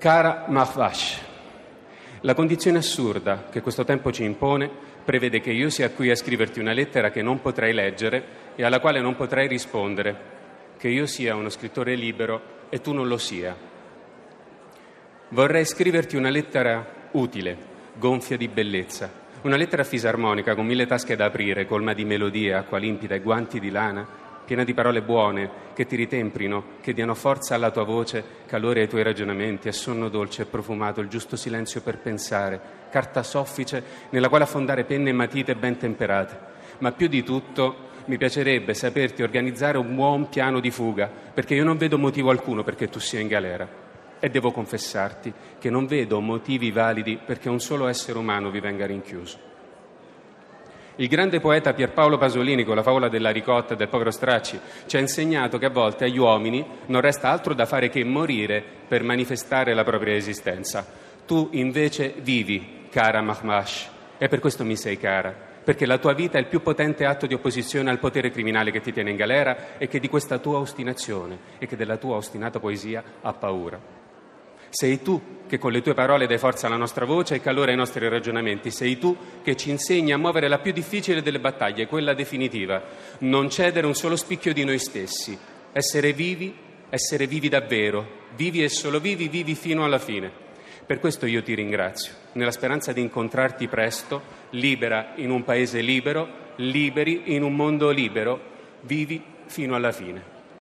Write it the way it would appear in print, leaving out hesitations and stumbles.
Cara Mahvash, la condizione assurda che questo tempo ci impone prevede che io sia qui a scriverti una lettera che non potrai leggere e alla quale non potrai rispondere, che io sia uno scrittore libero e tu non lo sia. Vorrei scriverti una lettera utile, gonfia di bellezza, una lettera fisarmonica con 1000 tasche da aprire, colma di melodie, acqua limpida e guanti di lana, piena di parole buone che ti ritemprino, che diano forza alla tua voce, calore ai tuoi ragionamenti, e sonno dolce e profumato, il giusto silenzio per pensare, carta soffice nella quale affondare penne e matite ben temperate. Ma più di tutto mi piacerebbe saperti organizzare un buon piano di fuga, perché io non vedo motivo alcuno perché tu sia in galera. E devo confessarti che non vedo motivi validi perché un solo essere umano vi venga rinchiuso. Il grande poeta Pierpaolo Pasolini, con la favola della ricotta e del povero Stracci, ci ha insegnato che a volte agli uomini non resta altro da fare che morire per manifestare la propria esistenza. Tu invece vivi, cara Mahvash, e per questo mi sei cara, perché la tua vita è il più potente atto di opposizione al potere criminale che ti tiene in galera e che di questa tua ostinazione e che della tua ostinata poesia ha paura. Sei tu che con le tue parole dai forza alla nostra voce e calore ai nostri ragionamenti. Sei tu che ci insegni a muovere la più difficile delle battaglie, quella definitiva. Non cedere un solo spicchio di noi stessi. Essere vivi davvero. Vivi e solo vivi, vivi fino alla fine. Per questo io ti ringrazio, nella speranza di incontrarti presto, libera in un paese libero, liberi in un mondo libero. Vivi fino alla fine.